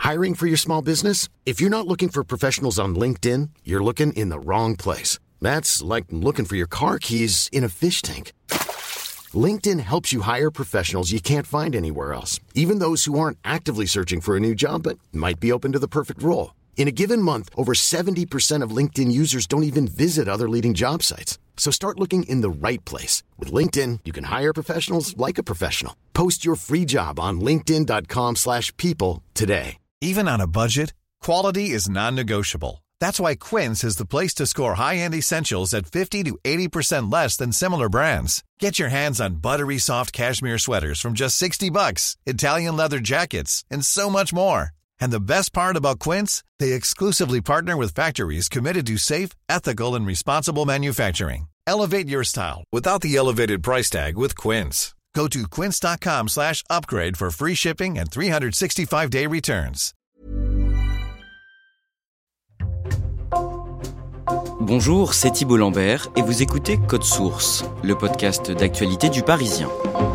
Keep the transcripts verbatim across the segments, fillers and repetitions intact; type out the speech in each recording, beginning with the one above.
Hiring for your small business? If you're not looking for professionals on LinkedIn, you're looking in the wrong place. That's like looking for your car keys in a fish tank. LinkedIn helps you hire professionals you can't find anywhere else, even those who aren't actively searching for a new job but might be open to the perfect role. In a given month, over seventy percent of LinkedIn users don't even visit other leading job sites. So start looking in the right place. With LinkedIn, you can hire professionals like a professional. Post your free job on linkedin.com slash people today. Even on a budget, quality is non-negotiable. That's why Quince is the place to score high-end essentials at fifty to eighty percent less than similar brands. Get your hands on buttery soft cashmere sweaters from just sixty bucks, Italian leather jackets, and so much more. And the best part about Quince, they exclusively partner with factories committed to safe, ethical, and responsible manufacturing. Elevate your style without the elevated price tag with Quince. Go to quince.com slash upgrade for free shipping and three sixty-five day returns. Bonjour, c'est Thibault Lambert et vous écoutez Code Source, le podcast d'actualité du Parisien.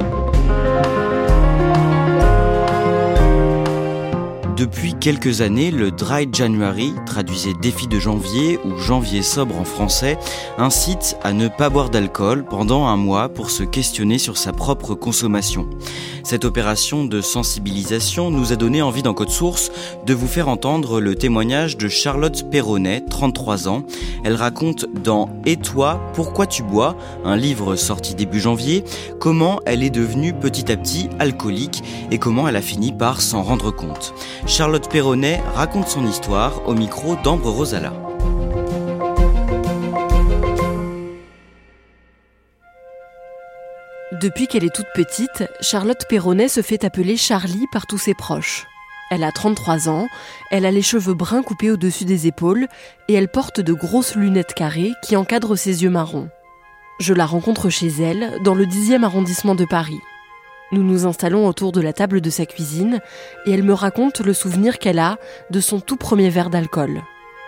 Depuis quelques années, le Dry January, traduisez défi de janvier ou janvier sobre en français, incite à ne pas boire d'alcool pendant un mois pour se questionner sur sa propre consommation. Cette opération de sensibilisation nous a donné envie dans Code Source de vous faire entendre le témoignage de Charlotte Perronnet, trente-trois ans. Elle raconte dans « Et toi, pourquoi tu bois ?», un livre sorti début janvier, comment elle est devenue petit à petit alcoolique et comment elle a fini par s'en rendre compte. Charlotte Perronnet raconte son histoire au micro d'Ambre Rosala. Depuis qu'elle est toute petite, Charlotte Perronnet se fait appeler Charlie par tous ses proches. Elle a trente-trois ans, elle a les cheveux bruns coupés au-dessus des épaules et elle porte de grosses lunettes carrées qui encadrent ses yeux marrons. Je la rencontre chez elle, dans le dixième arrondissement de Paris. Nous nous installons autour de la table de sa cuisine et elle me raconte le souvenir qu'elle a de son tout premier verre d'alcool.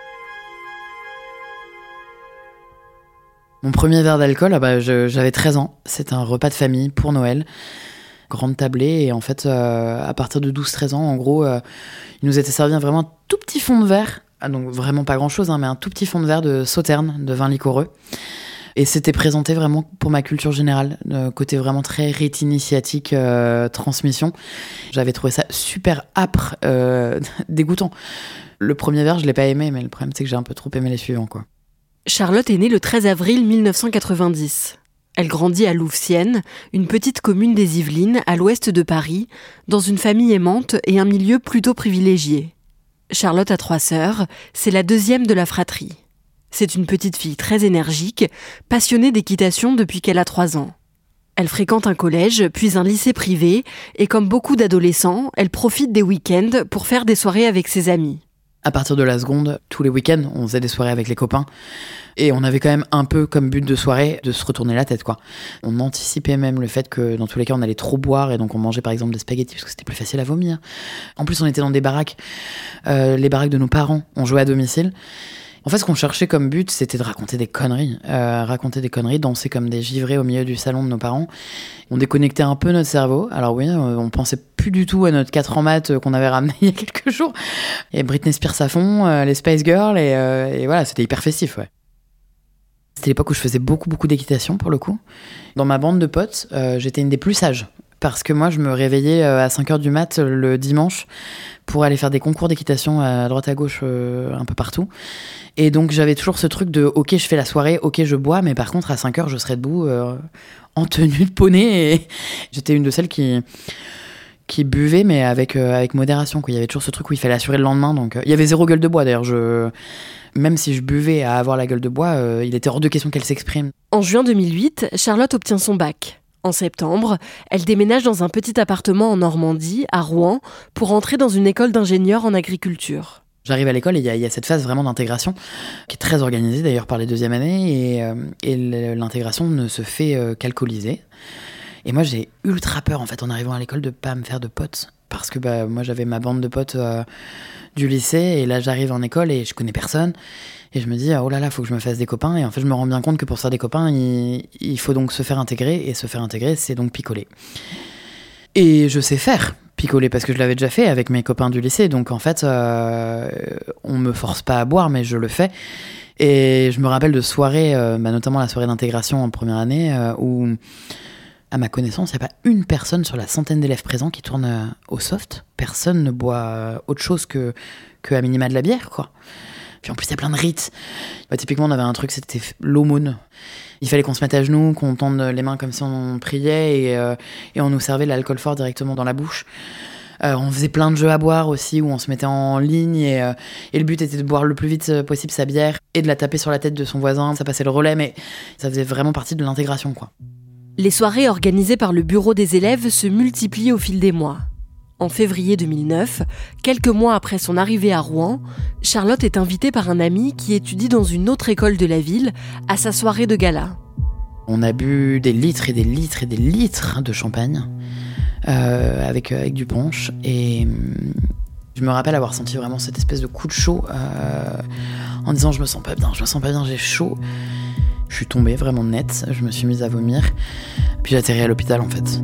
Mon premier verre d'alcool, ah bah, je, j'avais treize ans. C'était un repas de famille pour Noël. Grande tablée. Et en fait, euh, à partir de douze treize ans, en gros, euh, il nous était servi un vraiment un tout petit fond de verre. Ah, donc vraiment pas grand-chose, hein, mais un tout petit fond de verre de Sauternes, de vin liquoreux. Et c'était présenté vraiment pour ma culture générale, euh, côté vraiment très rite initiatique, euh, transmission. J'avais trouvé ça super âpre, euh, dégoûtant. Le premier verre, je l'ai pas aimé, mais le problème, c'est que j'ai un peu trop aimé les suivants, quoi. Charlotte est née le treize avril mille neuf cent quatre-vingt-dix. Elle grandit à Louvciennes, une petite commune des Yvelines, à l'ouest de Paris, dans une famille aimante et un milieu plutôt privilégié. Charlotte a trois sœurs, c'est la deuxième de la fratrie. C'est une petite fille très énergique, passionnée d'équitation depuis qu'elle a trois ans. Elle fréquente un collège, puis un lycée privé, et comme beaucoup d'adolescents, elle profite des week-ends pour faire des soirées avec ses amis. À partir de la seconde, tous les week-ends, on faisait des soirées avec les copains. Et on avait quand même un peu comme but de soirée de se retourner la tête, quoi. On anticipait même le fait que dans tous les cas, on allait trop boire et donc on mangeait par exemple des spaghettis parce que c'était plus facile à vomir. En plus, on était dans des baraques, euh, les baraques de nos parents. On jouait à domicile. En fait, ce qu'on cherchait comme but, c'était de raconter des conneries. Euh, raconter des conneries, danser comme des givrés au milieu du salon de nos parents. On déconnectait un peu notre cerveau. Alors oui, on pensait plus du tout à notre quatre en maths qu'on avait ramené il y a quelques jours. Et Britney Spears à fond, euh, les Spice Girls, et, euh, et voilà, c'était hyper festif, ouais. C'était l'époque où je faisais beaucoup, beaucoup d'équitation, pour le coup. Dans ma bande de potes, euh, j'étais une des plus sages. Parce que moi, je me réveillais à cinq heures du mat le dimanche pour aller faire des concours d'équitation à droite à gauche, euh, un peu partout. Et donc, j'avais toujours ce truc de « Ok, je fais la soirée, ok, je bois, mais par contre, à cinq heures, je serai debout euh, en tenue de poney. » Et j'étais une de celles qui, qui buvait, mais avec, euh, avec modération, quoi. Il y avait toujours ce truc où il fallait assurer le lendemain. Donc, euh, il y avait zéro gueule de bois, d'ailleurs. Je... Même si je buvais à avoir la gueule de bois, euh, il était hors de question qu'elle s'exprime. En juin deux mille huit, Charlotte obtient son bac. En septembre, elle déménage dans un petit appartement en Normandie, à Rouen, pour entrer dans une école d'ingénieurs en agriculture. J'arrive à l'école et il y, y a cette phase vraiment d'intégration qui est très organisée d'ailleurs par les deuxièmes années et, euh, et l'intégration ne se fait euh, qu'alcoolisée. Et moi j'ai ultra peur en fait en arrivant à l'école de pas me faire de potes parce que bah, moi j'avais ma bande de potes euh, du lycée et là j'arrive en école et je connais personne. Et je me dis, oh là là, faut que je me fasse des copains. Et en fait, je me rends bien compte que pour se faire des copains, il, il faut donc se faire intégrer. Et se faire intégrer, c'est donc picoler. Et je sais faire. picoler parce que je l'avais déjà fait avec mes copains du lycée. Donc en fait, euh, on me force pas à boire, mais je le fais. Et je me rappelle de soirées, euh, bah, notamment la soirée d'intégration en première année, euh, où, à ma connaissance, il n'y a pas une personne sur la centaine d'élèves présents qui tourne euh, au soft. Personne ne boit euh, autre chose que, que à minima de la bière, quoi. Puis en plus, il y a plein de rites. Bah, typiquement, on avait un truc, c'était l'aumône. Il fallait qu'on se mette à genoux, qu'on tende les mains comme si on priait, et, euh, et on nous servait de l'alcool fort directement dans la bouche. Euh, on faisait plein de jeux à boire aussi, où on se mettait en ligne, et, euh, et le but était de boire le plus vite possible sa bière, et de la taper sur la tête de son voisin. Ça passait le relais, mais ça faisait vraiment partie de l'intégration, quoi. Les soirées organisées par le bureau des élèves se multiplient au fil des mois. En février deux mille neuf, quelques mois après son arrivée à Rouen, Charlotte est invitée par un ami qui étudie dans une autre école de la ville à sa soirée de gala. On a bu des litres et des litres et des litres de champagne euh, avec, avec du punch. Et je me rappelle avoir senti vraiment cette espèce de coup de chaud euh, en disant « je me sens pas bien, je me sens pas bien, j'ai chaud ». Je suis tombée vraiment nette, je me suis mise à vomir. Puis j'ai atterri à l'hôpital en fait.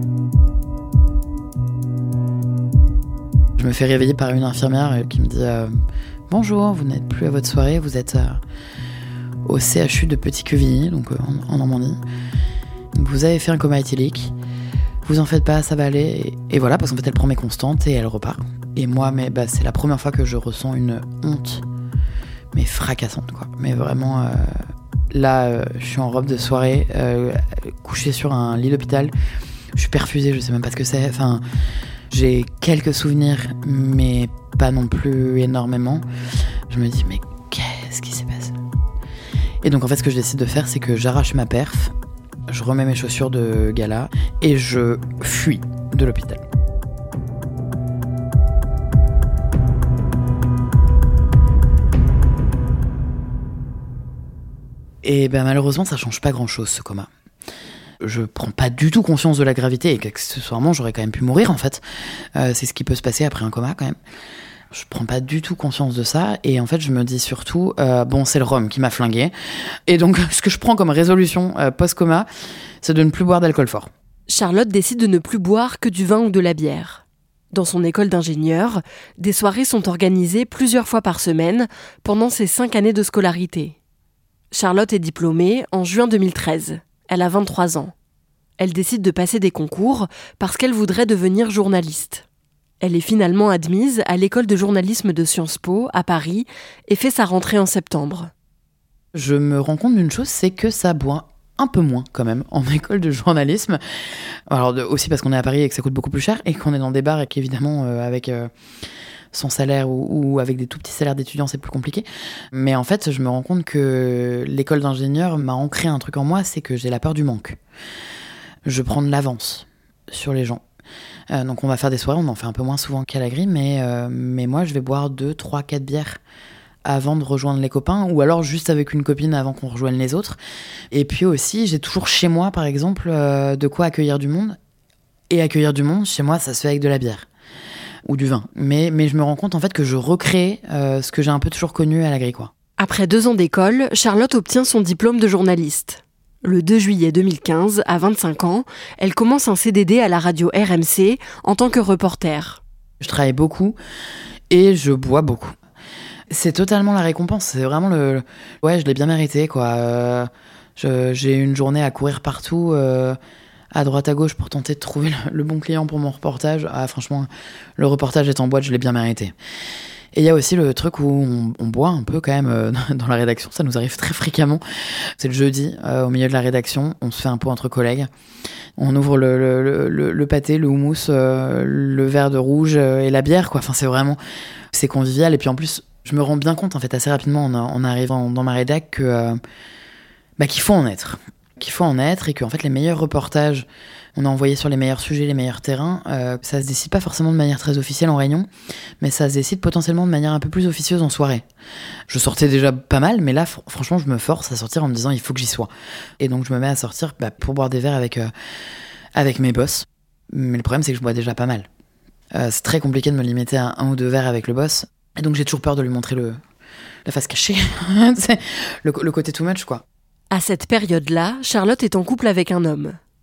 Je me fais réveiller par une infirmière qui me dit euh, « Bonjour, vous n'êtes plus à votre soirée, vous êtes euh, au C H U de Petit-Quevilly, donc euh, en, en Normandie. Vous avez fait un coma éthylique, vous en faites pas, ça va aller. » Et, et voilà, parce qu'en fait, elle prend mes constantes et elle repart. Et moi, mais, bah, c'est la première fois que je ressens une honte, mais fracassante, quoi. Mais vraiment, euh, là, euh, je suis en robe de soirée, euh, couchée sur un lit d'hôpital. Je suis perfusée, je sais même pas ce que c'est. Enfin... J'ai quelques souvenirs, mais pas non plus énormément. Je me dis, mais qu'est-ce qui s'est passé ? Et donc, en fait, ce que je décide de faire, c'est que j'arrache ma perf, je remets mes chaussures de gala et je fuis de l'hôpital. Et ben, malheureusement, ça change pas grand-chose, ce coma. Je prends pas du tout conscience de la gravité et qu'accessoirement j'aurais quand même pu mourir en fait. Euh, c'est ce qui peut se passer après un coma quand même. Je prends pas du tout conscience de ça et en fait je me dis surtout euh, bon c'est le rhum qui m'a flingué et donc ce que je prends comme résolution euh, post-coma c'est de ne plus boire d'alcool fort. Charlotte décide de ne plus boire que du vin ou de la bière. Dans son école d'ingénieur, des soirées sont organisées plusieurs fois par semaine pendant ses cinq années de scolarité. Charlotte est diplômée en juin deux mille treize. Elle a vingt-trois ans. Elle décide de passer des concours parce qu'elle voudrait devenir journaliste. Elle est finalement admise à l'école de journalisme de Sciences Po à Paris et fait sa rentrée en septembre. Je me rends compte d'une chose, c'est que ça boit un peu moins quand même en école de journalisme. Alors de, aussi parce qu'on est à Paris et que ça coûte beaucoup plus cher et qu'on est dans des bars et qu'évidemment euh, avec... Euh, sans salaire ou, ou avec des tout petits salaires d'étudiants, c'est plus compliqué. Mais en fait, je me rends compte que l'école d'ingénieur m'a ancré un truc en moi, c'est que j'ai la peur du manque. Je prends de l'avance sur les gens. Euh, donc on va faire des soirées, on en fait un peu moins souvent qu'à la grille, mais, euh, mais moi je vais boire deux, trois, quatre bières avant de rejoindre les copains, ou alors juste avec une copine avant qu'on rejoigne les autres. Et puis aussi, j'ai toujours chez moi, par exemple, euh, de quoi accueillir du monde. Et accueillir du monde, chez moi, ça se fait avec de la bière. Ou du vin. Mais, mais je me rends compte en fait que je recrée euh, ce que j'ai un peu toujours connu à la grille, quoi. Après deux ans d'école, Charlotte obtient son diplôme de journaliste. Le deux juillet deux mille quinze, à vingt-cinq ans, elle commence un C D D à la radio R M C en tant que reporter. Je travaille beaucoup et je bois beaucoup. C'est totalement la récompense, c'est vraiment le... le... Ouais, je l'ai bien mérité, quoi. Euh, je, j'ai une journée à courir partout... Euh... à droite à gauche pour tenter de trouver le, le bon client pour mon reportage. Ah, franchement, le reportage est en boîte, je l'ai bien mérité. Et il y a aussi le truc où on, on boit un peu quand même euh, dans la rédaction, ça nous arrive très fréquemment. C'est le jeudi, euh, au milieu de la rédaction, on se fait un pot entre collègues. On ouvre le, le, le, le pâté, le houmous, euh, le verre de rouge euh, et la bière, quoi. Enfin, c'est vraiment... C'est convivial. Et puis en plus, je me rends bien compte, en fait, assez rapidement, en, en arrivant dans ma rédac, que, euh, bah, qu'il faut en être. qu'il faut en être et que en fait les meilleurs reportages on a envoyé sur les meilleurs sujets, les meilleurs terrains, euh, ça se décide pas forcément de manière très officielle en réunion, mais ça se décide potentiellement de manière un peu plus officieuse en soirée. Je sortais déjà pas mal, mais là fr- franchement je me force à sortir en me disant il faut que j'y sois. Et donc je me mets à sortir bah, pour boire des verres avec, euh, avec mes boss, mais le problème c'est que je bois déjà pas mal. Euh, c'est très compliqué de me limiter à un ou deux verres avec le boss, et donc j'ai toujours peur de lui montrer le, la face cachée, le, le côté too much, quoi. À cette période-là, Charlotte est en couple avec un homme.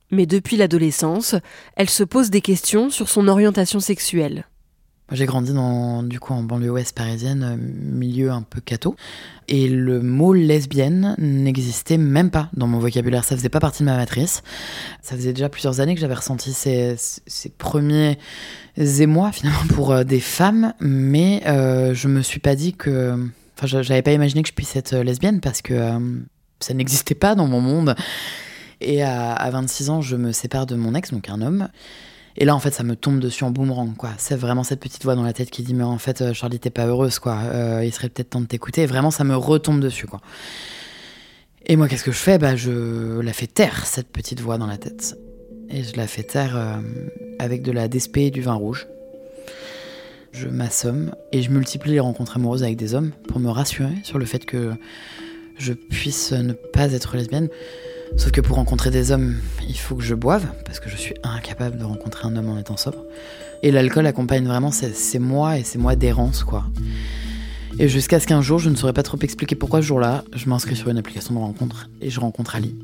Mais depuis l'adolescence, elle se pose des questions sur son orientation sexuelle. J'ai grandi dans, du coup, en banlieue ouest parisienne, milieu un peu catho. Et le mot lesbienne n'existait même pas dans mon vocabulaire. Ça faisait pas partie de ma matrice. Ça faisait déjà plusieurs années que j'avais ressenti ces, ces premiers émois, finalement, pour des femmes. Mais euh, je me suis pas dit que... Enfin, j'avais pas imaginé que je puisse être lesbienne parce que euh, ça n'existait pas dans mon monde. Et à, à vingt-six ans, je me sépare de mon ex, donc un homme. Et là, en fait, ça me tombe dessus en boomerang, quoi. C'est vraiment cette petite voix dans la tête qui dit « Mais en fait, Charlie, t'es pas heureuse, quoi. Euh, il serait peut-être temps de t'écouter. » Et vraiment, ça me retombe dessus, quoi. Et moi, qu'est-ce que je fais ? Bah, je la fais taire, cette petite voix dans la tête. Et je la fais taire euh, avec de la D S P et du vin rouge. Je m'assomme et je multiplie les rencontres amoureuses avec des hommes pour me rassurer sur le fait que je puisse ne pas être lesbienne. Sauf que pour rencontrer des hommes, il faut que je boive, parce que je suis incapable de rencontrer un homme en étant sobre. Et l'alcool accompagne vraiment ces, ces mois et ces mois d'errance, quoi. Et jusqu'à ce qu'un jour, je ne saurais pas trop expliquer pourquoi ce jour-là, je m'inscris sur une application de rencontre et je rencontre Ali.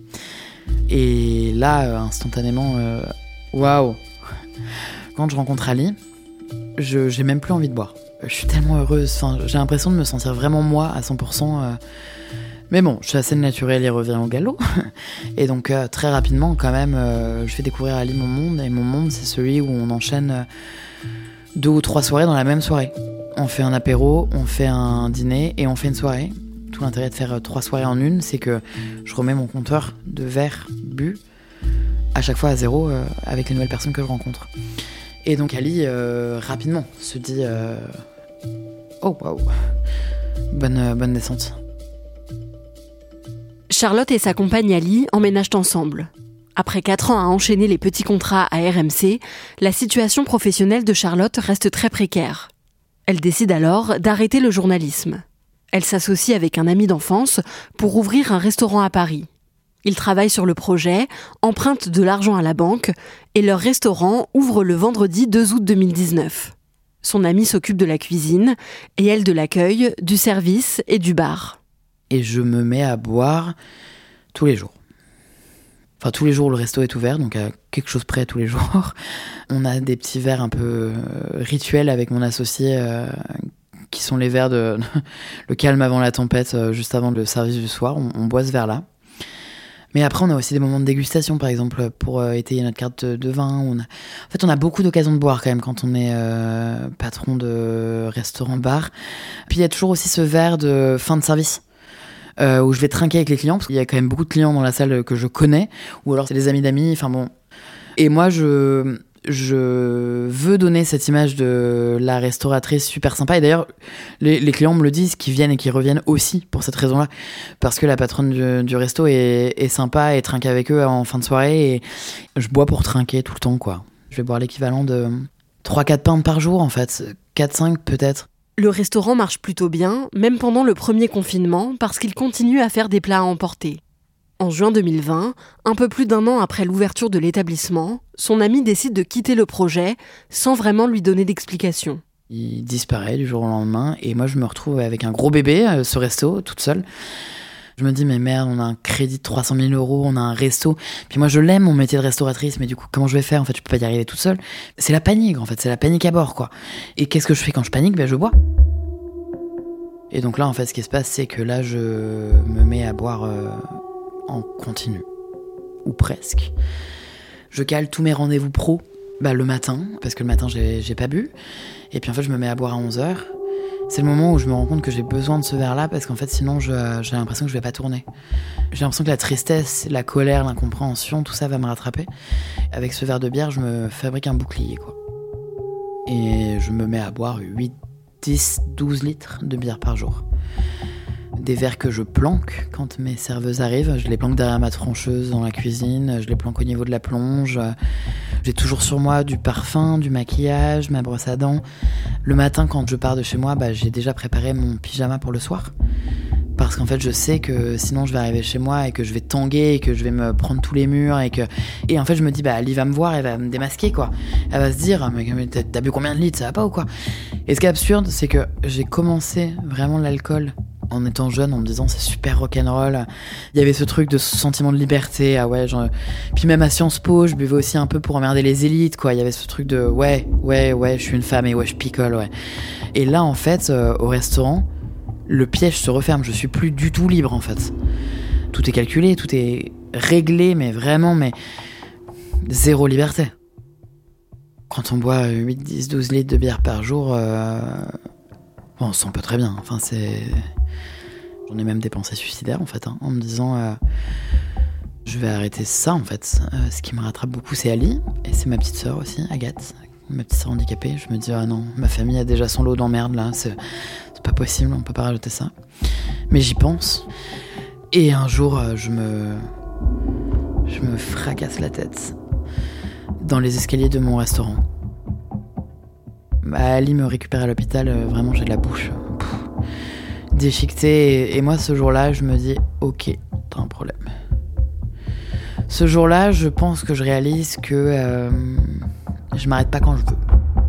Et là, euh, instantanément, waouh wow. Quand je rencontre Ali, je, j'ai même plus envie de boire. Je suis tellement heureuse, enfin, j'ai l'impression de me sentir vraiment moi à cent pour cent... Euh, Mais bon, je suis assez naturelle et reviens au galop. Et donc, euh, très rapidement, quand même, euh, je fais découvrir à Ali mon monde. Et mon monde, c'est celui où on enchaîne euh, deux ou trois soirées dans la même soirée. On fait un apéro, on fait un dîner et on fait une soirée. Tout l'intérêt de faire euh, trois soirées en une, c'est que je remets mon compteur de verres bu à chaque fois à zéro euh, avec les nouvelles personnes que je rencontre. Et donc, Ali, euh, rapidement, se dit euh, « Oh, waouh, bonne, euh, bonne descente ». Charlotte et sa compagne Ali emménagent ensemble. Après quatre ans à enchaîner les petits contrats à R M C, la situation professionnelle de Charlotte reste très précaire. Elle décide alors d'arrêter le journalisme. Elle s'associe avec un ami d'enfance pour ouvrir un restaurant à Paris. Ils travaillent sur le projet, empruntent de l'argent à la banque et leur restaurant ouvre le vendredi deux août deux mille dix-neuf. Son ami s'occupe de la cuisine et elle de l'accueil, du service et du bar. Et je me mets à boire tous les jours. Enfin, tous les jours, le resto est ouvert, donc à quelque chose près tous les jours. On a des petits verres un peu rituels avec mon associé, euh, qui sont les verres de le calme avant la tempête, euh, juste avant le service du soir. On, on boit ce verre-là. Mais après, on a aussi des moments de dégustation, par exemple, pour euh, étayer notre carte de, de vin. On a... En fait, on a beaucoup d'occasions de boire quand même quand on est euh, patron de restaurant-bar. Puis il y a toujours aussi ce verre de fin de service. Euh, où je vais trinquer avec les clients, parce qu'il y a quand même beaucoup de clients dans la salle que je connais, ou alors c'est des amis d'amis, enfin bon. Et moi, je, je veux donner cette image de la restauratrice super sympa, et d'ailleurs, les, les clients me le disent, qu'ils viennent et qu'ils reviennent aussi pour cette raison-là, parce que la patronne du, du resto est, est sympa, et trinque avec eux en fin de soirée, et je bois pour trinquer tout le temps, quoi. Je vais boire l'équivalent de trois quatre pintes par jour, en fait, quatre cinq peut-être. Le restaurant marche plutôt bien, même pendant le premier confinement, parce qu'il continue à faire des plats à emporter. En juin deux mille vingt, un peu plus d'un an après l'ouverture de l'établissement, son ami décide de quitter le projet sans vraiment lui donner d'explication. Il disparaît du jour au lendemain et moi je me retrouve avec un gros bébé, euh, ce resto, toute seule. Je me dis mais merde, on a un crédit de trois cent mille euros, on a un resto. Puis moi je l'aime mon métier de restauratrice, mais du coup comment je vais faire ? En fait je peux pas y arriver toute seule. C'est la panique en fait, c'est la panique à bord quoi. Et qu'est-ce que je fais quand je panique ? Ben je bois. Et donc là en fait ce qui se passe c'est que là je me mets à boire euh, en continu. Ou presque. Je cale tous mes rendez-vous pro bah, le matin, parce que le matin j'ai, j'ai pas bu. Et puis en fait je me mets à boire à onze heures. C'est le moment où je me rends compte que j'ai besoin de ce verre-là parce qu'en fait, sinon, je, j'ai l'impression que je vais pas tourner. J'ai l'impression que la tristesse, la colère, l'incompréhension, tout ça va me rattraper. Avec ce verre de bière, je me fabrique un bouclier, quoi. Et je me mets à boire huit, dix, douze litres de bière par jour. Des verres que je planque quand mes serveuses arrivent. Je les planque derrière ma trancheuse dans la cuisine, je les planque au niveau de la plonge. J'ai toujours sur moi du parfum, du maquillage, ma brosse à dents. Le matin, quand je pars de chez moi, bah, j'ai déjà préparé mon pyjama pour le soir. Parce qu'en fait, je sais que sinon, je vais arriver chez moi et que je vais tanguer et que je vais me prendre tous les murs. Et, que... et en fait, je me dis, bah, Ali va me voir, elle va me démasquer, quoi. Elle va se dire, mais t'as, t'as bu combien de litres, ça va pas ou quoi ? Et ce qui est absurde, c'est que j'ai commencé vraiment l'alcool en étant jeune, en me disant c'est super rock'n'roll. Il y avait ce truc de ce sentiment de liberté. Ah ouais, genre... Puis même à Sciences Po, je buvais aussi un peu pour emmerder les élites, quoi. Il y avait ce truc de ouais, ouais, ouais, je suis une femme et ouais, je picole, ouais. Et là, en fait, euh, au restaurant, le piège se referme. Je suis plus du tout libre, en fait. Tout est calculé, tout est réglé, mais vraiment, mais zéro liberté. Quand on boit huit, dix, douze litres de bière par jour, euh... bon, on se sent pas très bien. Enfin, c'est... J'en ai même des pensées suicidaires, en fait, hein, en me disant... Euh... Je vais arrêter ça, en fait. Euh, ce qui me rattrape beaucoup, c'est Ali, et c'est ma petite sœur aussi, Agathe, ma petite sœur handicapée. Je me dis, ah non, ma famille a déjà son lot d'emmerdes, là, c'est... c'est pas possible, on peut pas rajouter ça. Mais j'y pense. Et un jour, euh, je me... Je me fracasse la tête dans les escaliers de mon restaurant. Bah, Ali me récupère à l'hôpital, euh, vraiment j'ai de la bouche pff, déchiquetée. Et, et moi, ce jour-là, je me dis, ok, t'as un problème. Ce jour-là, je pense que je réalise que euh, je m'arrête pas quand je veux.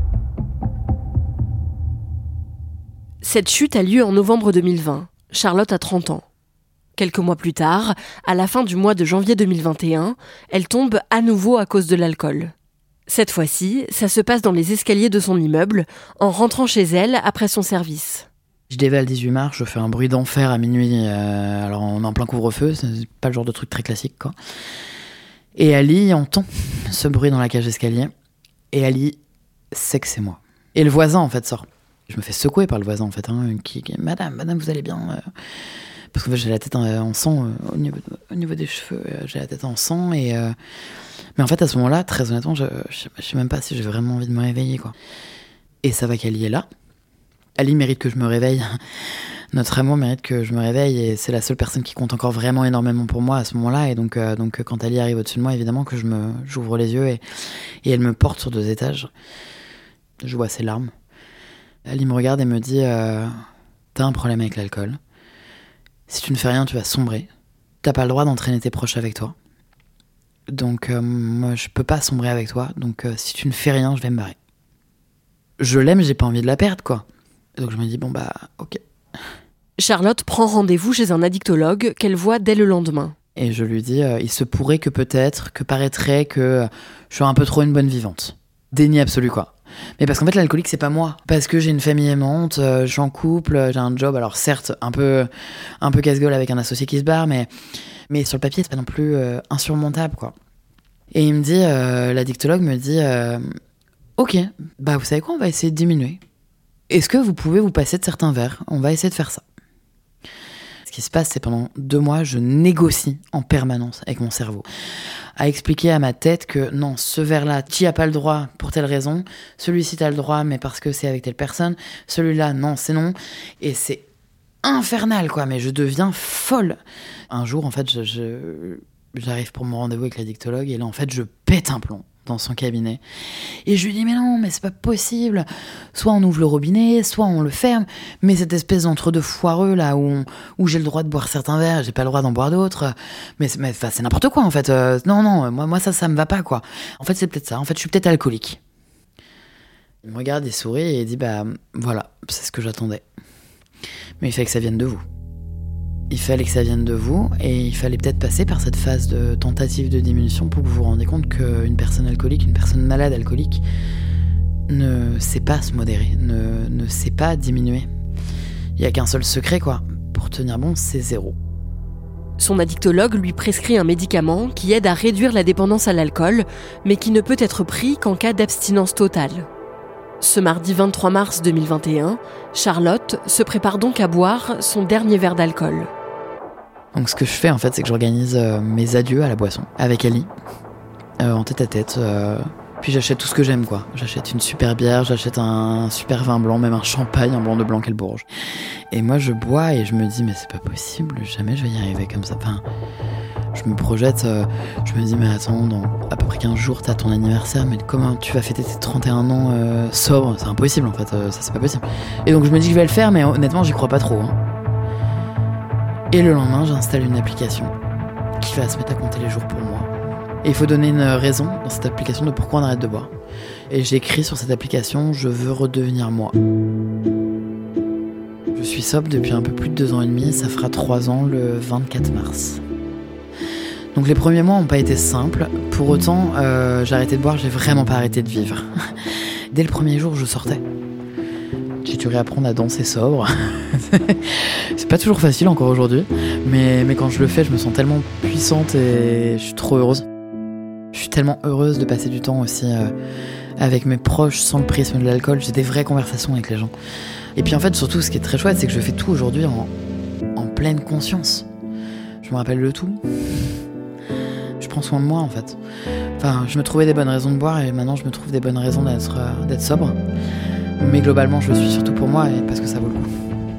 Cette chute a lieu en novembre deux mille vingt. Charlotte a trente ans. Quelques mois plus tard, à la fin du mois de janvier deux mille vingt et un, elle tombe à nouveau à cause de l'alcool. Cette fois-ci, ça se passe dans les escaliers de son immeuble, en rentrant chez elle après son service. Je dévale dix-huit marches, je fais un bruit d'enfer à minuit, euh, alors on est en plein couvre-feu, c'est pas le genre de truc très classique, quoi. Et Ali entend ce bruit dans la cage d'escalier, et Ali sait que c'est moi. Et le voisin, en fait, sort. Je me fais secouer par le voisin, en fait, hein, qui, qui Madame, madame, vous allez bien euh... Parce que en fait, j'ai la tête en, en sang, euh, au, niveau, au niveau des cheveux, euh, j'ai la tête en sang, et... Euh... Mais en fait, à ce moment-là, très honnêtement, je, je, je sais même pas si j'ai vraiment envie de me réveiller, quoi. Et ça va qu'Ali est là. Ali mérite que je me réveille. Notre amour mérite que je me réveille, et c'est la seule personne qui compte encore vraiment énormément pour moi à ce moment-là. Et donc, euh, donc quand Ali arrive au-dessus de moi, évidemment que je me, j'ouvre les yeux, et, et elle me porte sur deux étages. Je vois ses larmes. Ali me regarde et me dit euh, « T'as un problème avec l'alcool. Si tu ne fais rien, tu vas sombrer. T'as pas le droit d'entraîner tes proches avec toi. Donc, euh, moi, je peux pas sombrer avec toi. Donc, euh, si tu ne fais rien, je vais me barrer. » Je l'aime, j'ai pas envie de la perdre, quoi. Donc, je me dis « Bon, bah, ok. » Charlotte prend rendez-vous chez un addictologue qu'elle voit dès le lendemain. Et je lui dis euh, « Il se pourrait que peut-être, que paraîtrait que euh, je suis un peu trop une bonne vivante. » Déni absolu, quoi. Mais parce qu'en fait, l'alcoolique, c'est pas moi. Parce que j'ai une famille aimante, euh, je suis en couple, euh, j'ai un job, alors certes, un peu, un peu casse-gueule avec un associé qui se barre, mais, mais sur le papier, c'est pas non plus euh, insurmontable, quoi. Et il me dit, euh, l'addictologue me dit, euh, ok, bah vous savez quoi, on va essayer de diminuer. Est-ce que vous pouvez vous passer de certains verres ? On va essayer de faire ça. Ce qui se passe, c'est pendant deux mois, je négocie en permanence avec mon cerveau, à expliquer à ma tête que non, ce verre-là, tu n'y as pas le droit pour telle raison, celui-ci t'as le droit, mais parce que c'est avec telle personne, celui-là, non, c'est non, et c'est infernal, quoi, mais je deviens folle. Un jour, en fait, je, je, j'arrive pour mon rendez-vous avec l'addictologue, et là, en fait, je pète un plomb dans son cabinet. Et je lui dis, mais non, mais c'est pas possible. Soit on ouvre le robinet, soit on le ferme. Mais cette espèce d'entre-deux foireux, là, où, on, où j'ai le droit de boire certains verres, j'ai pas le droit d'en boire d'autres. Mais, mais enfin, c'est n'importe quoi, en fait. Euh, non, non, moi, moi, ça, ça me va pas, quoi. En fait, c'est peut-être ça. En fait, je suis peut-être alcoolique. Il me regarde, il sourit et il dit, bah, voilà, c'est ce que j'attendais. Mais il fallait que ça vienne de vous. Il fallait que ça vienne de vous, et il fallait peut-être passer par cette phase de tentative de diminution pour que vous vous rendiez compte qu'une personne alcoolique, une personne malade alcoolique, ne sait pas se modérer, ne, ne sait pas diminuer. Il n'y a qu'un seul secret, quoi. Pour tenir bon, c'est zéro. Son addictologue lui prescrit un médicament qui aide à réduire la dépendance à l'alcool, mais qui ne peut être pris qu'en cas d'abstinence totale. Ce mardi vingt-trois mars deux mille vingt et un, Charlotte se prépare donc à boire son dernier verre d'alcool. Donc ce que je fais, en fait, c'est que j'organise euh, mes adieux à la boisson avec Ali, euh, en tête à tête. Euh, puis j'achète tout ce que j'aime, quoi. J'achète une super bière, j'achète un super vin blanc, même un champagne, un blanc de Blanc et le Bourges. Et moi, je bois et je me dis, mais c'est pas possible, jamais je vais y arriver comme ça. Enfin, je me projette, euh, je me dis, mais attends, dans à peu près quinze jours, t'as ton anniversaire, mais comment tu vas fêter tes trente et un ans euh, sobre ? C'est impossible, en fait, euh, ça c'est pas possible. Et donc je me dis que je vais le faire, mais honnêtement, j'y crois pas trop, hein. Et le lendemain, j'installe une application qui va se mettre à compter les jours pour moi. Et il faut donner une raison dans cette application de pourquoi on arrête de boire. Et j'écris sur cette application « Je veux redevenir moi ». Je Je suis sobre depuis un peu plus de deux ans et demi, ça fera trois ans le vingt-quatre mars. Donc les premiers mois n'ont pas été simples, pour autant euh, j'ai arrêté de boire, j'ai vraiment pas arrêté de vivre. Dès le premier jour je sortais. J'ai dû réapprendre à danser sobre. C'est pas toujours facile encore aujourd'hui, mais, mais quand je le fais je me sens tellement puissante et je suis trop heureuse. Je suis tellement heureuse de passer du temps aussi euh, avec mes proches sans le prisme de l'alcool, j'ai des vraies conversations avec les gens. Et puis en fait, surtout, ce qui est très chouette, c'est que je fais tout aujourd'hui en, en pleine conscience. Je me rappelle de tout. Je prends soin de moi, en fait. Enfin, je me trouvais des bonnes raisons de boire et maintenant, je me trouve des bonnes raisons d'être, euh, d'être sobre. Mais globalement, je le suis surtout pour moi et parce que ça vaut le coup.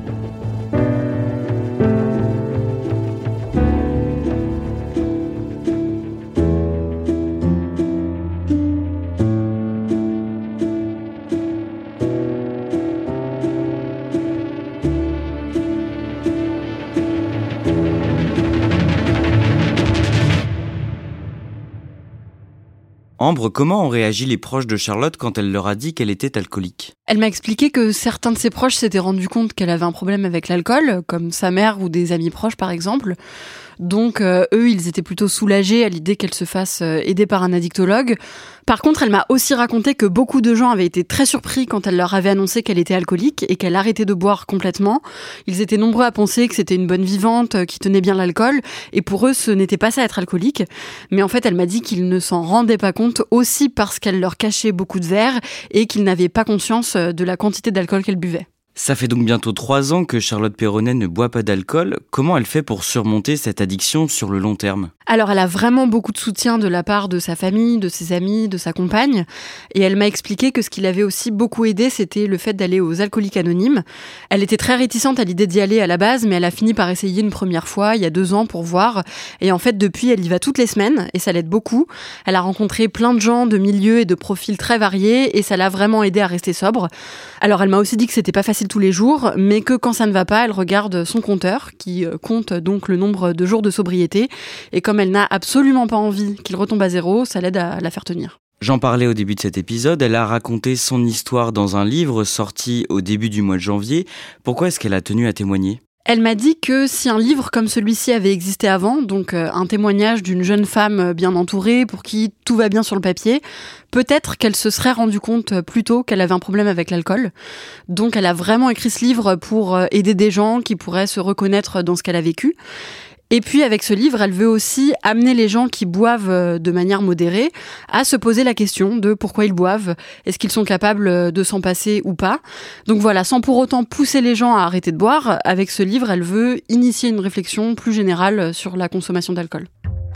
Ambre, comment ont réagi les proches de Charlotte quand elle leur a dit qu'elle était alcoolique ? Elle m'a expliqué que certains de ses proches s'étaient rendus compte qu'elle avait un problème avec l'alcool, comme sa mère ou des amis proches par exemple. Donc euh, eux, ils étaient plutôt soulagés à l'idée qu'elle se fasse euh, aider par un addictologue. Par contre, elle m'a aussi raconté que beaucoup de gens avaient été très surpris quand elle leur avait annoncé qu'elle était alcoolique et qu'elle arrêtait de boire complètement. Ils étaient nombreux à penser que c'était une bonne vivante, euh, qui tenait bien l'alcool, et pour eux, ce n'était pas ça être alcoolique. Mais en fait, elle m'a dit qu'ils ne s'en rendaient pas compte aussi parce qu'elle leur cachait beaucoup de verres et qu'ils n'avaient pas conscience de la quantité d'alcool qu'elle buvait. Ça fait donc bientôt trois ans que Charlotte Péronnet ne boit pas d'alcool. Comment elle fait pour surmonter cette addiction sur le long terme ? Alors, elle a vraiment beaucoup de soutien de la part de sa famille, de ses amis, de sa compagne. Et elle m'a expliqué que ce qui l'avait aussi beaucoup aidée, c'était le fait d'aller aux Alcooliques Anonymes. Elle était très réticente à l'idée d'y aller à la base, mais elle a fini par essayer une première fois, il y a deux ans, pour voir. Et en fait, depuis, elle y va toutes les semaines, et ça l'aide beaucoup. Elle a rencontré plein de gens de milieux et de profils très variés, et ça l'a vraiment aidée à rester sobre. Alors, elle m'a aussi dit que c'était pas facile tous les jours, mais que quand ça ne va pas, elle regarde son compteur, qui compte donc le nombre de jours de sobriété. Et comme elle n'a absolument pas envie qu'il retombe à zéro, ça l'aide à la faire tenir. J'en parlais au début de cet épisode, elle a raconté son histoire dans un livre sorti au début du mois de janvier. Pourquoi est-ce qu'elle a tenu à témoigner ? Elle m'a dit que si un livre comme celui-ci avait existé avant, donc un témoignage d'une jeune femme bien entourée pour qui tout va bien sur le papier, peut-être qu'elle se serait rendue compte plus tôt qu'elle avait un problème avec l'alcool. Donc elle a vraiment écrit ce livre pour aider des gens qui pourraient se reconnaître dans ce qu'elle a vécu. Et puis avec ce livre, elle veut aussi amener les gens qui boivent de manière modérée à se poser la question de pourquoi ils boivent, est-ce qu'ils sont capables de s'en passer ou pas. Donc voilà, sans pour autant pousser les gens à arrêter de boire, avec ce livre, elle veut initier une réflexion plus générale sur la consommation d'alcool.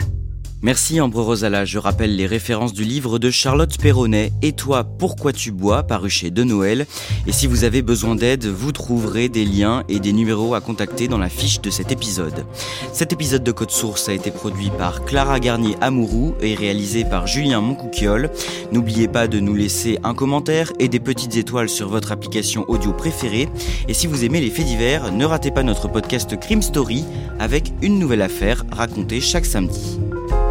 Merci Ambre Rosala, je rappelle les références du livre de Charlotte Péronnet, Et toi, pourquoi tu bois, paru chez De Noël. Et si vous avez besoin d'aide, vous trouverez des liens et des numéros à contacter dans la fiche de cet épisode. Cet épisode de Code Source a été produit par Clara Garnier-Amouroux et réalisé par Julien Moncouquiol. N'oubliez pas de nous laisser un commentaire et des petites étoiles sur votre application audio préférée. Et si vous aimez les faits divers, ne ratez pas notre podcast Crime Story avec une nouvelle affaire racontée chaque samedi.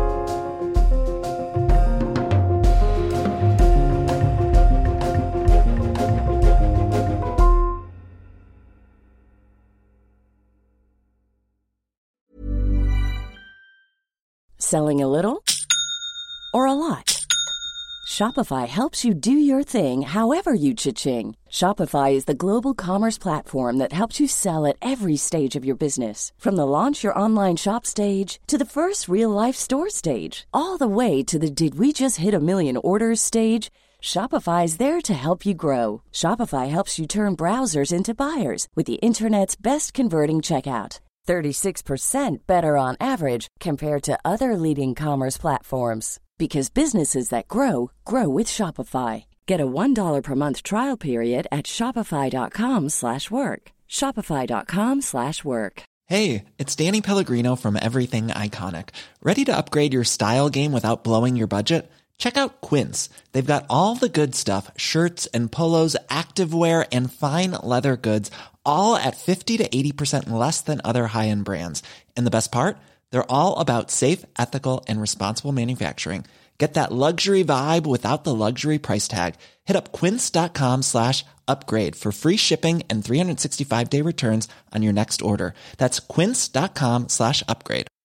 Selling a little or a lot? Shopify helps you do your thing however you cha-ching. Shopify is the global commerce platform that helps you sell at every stage of your business. From the launch your online shop stage to the first real-life store stage, all the way to the did we just hit a million orders stage. Shopify is there to help you grow. Shopify helps you turn browsers into buyers with the internet's best converting checkout. thirty-six percent better on average compared to other leading commerce platforms. Because businesses that grow, grow with Shopify. Get a one dollar per month trial period at shopify.com slash work. Shopify.com slash work. Hey, it's Danny Pellegrino from Everything Iconic. Ready to upgrade your style game without blowing your budget? Check out Quince. They've got all the good stuff, shirts and polos, activewear, and fine leather goods, all at fifty to eighty percent less than other high-end brands. And the best part? They're all about safe, ethical, and responsible manufacturing. Get that luxury vibe without the luxury price tag. Hit up quince.com slash upgrade for free shipping and three sixty-five day returns on your next order. That's quince.com slash upgrade.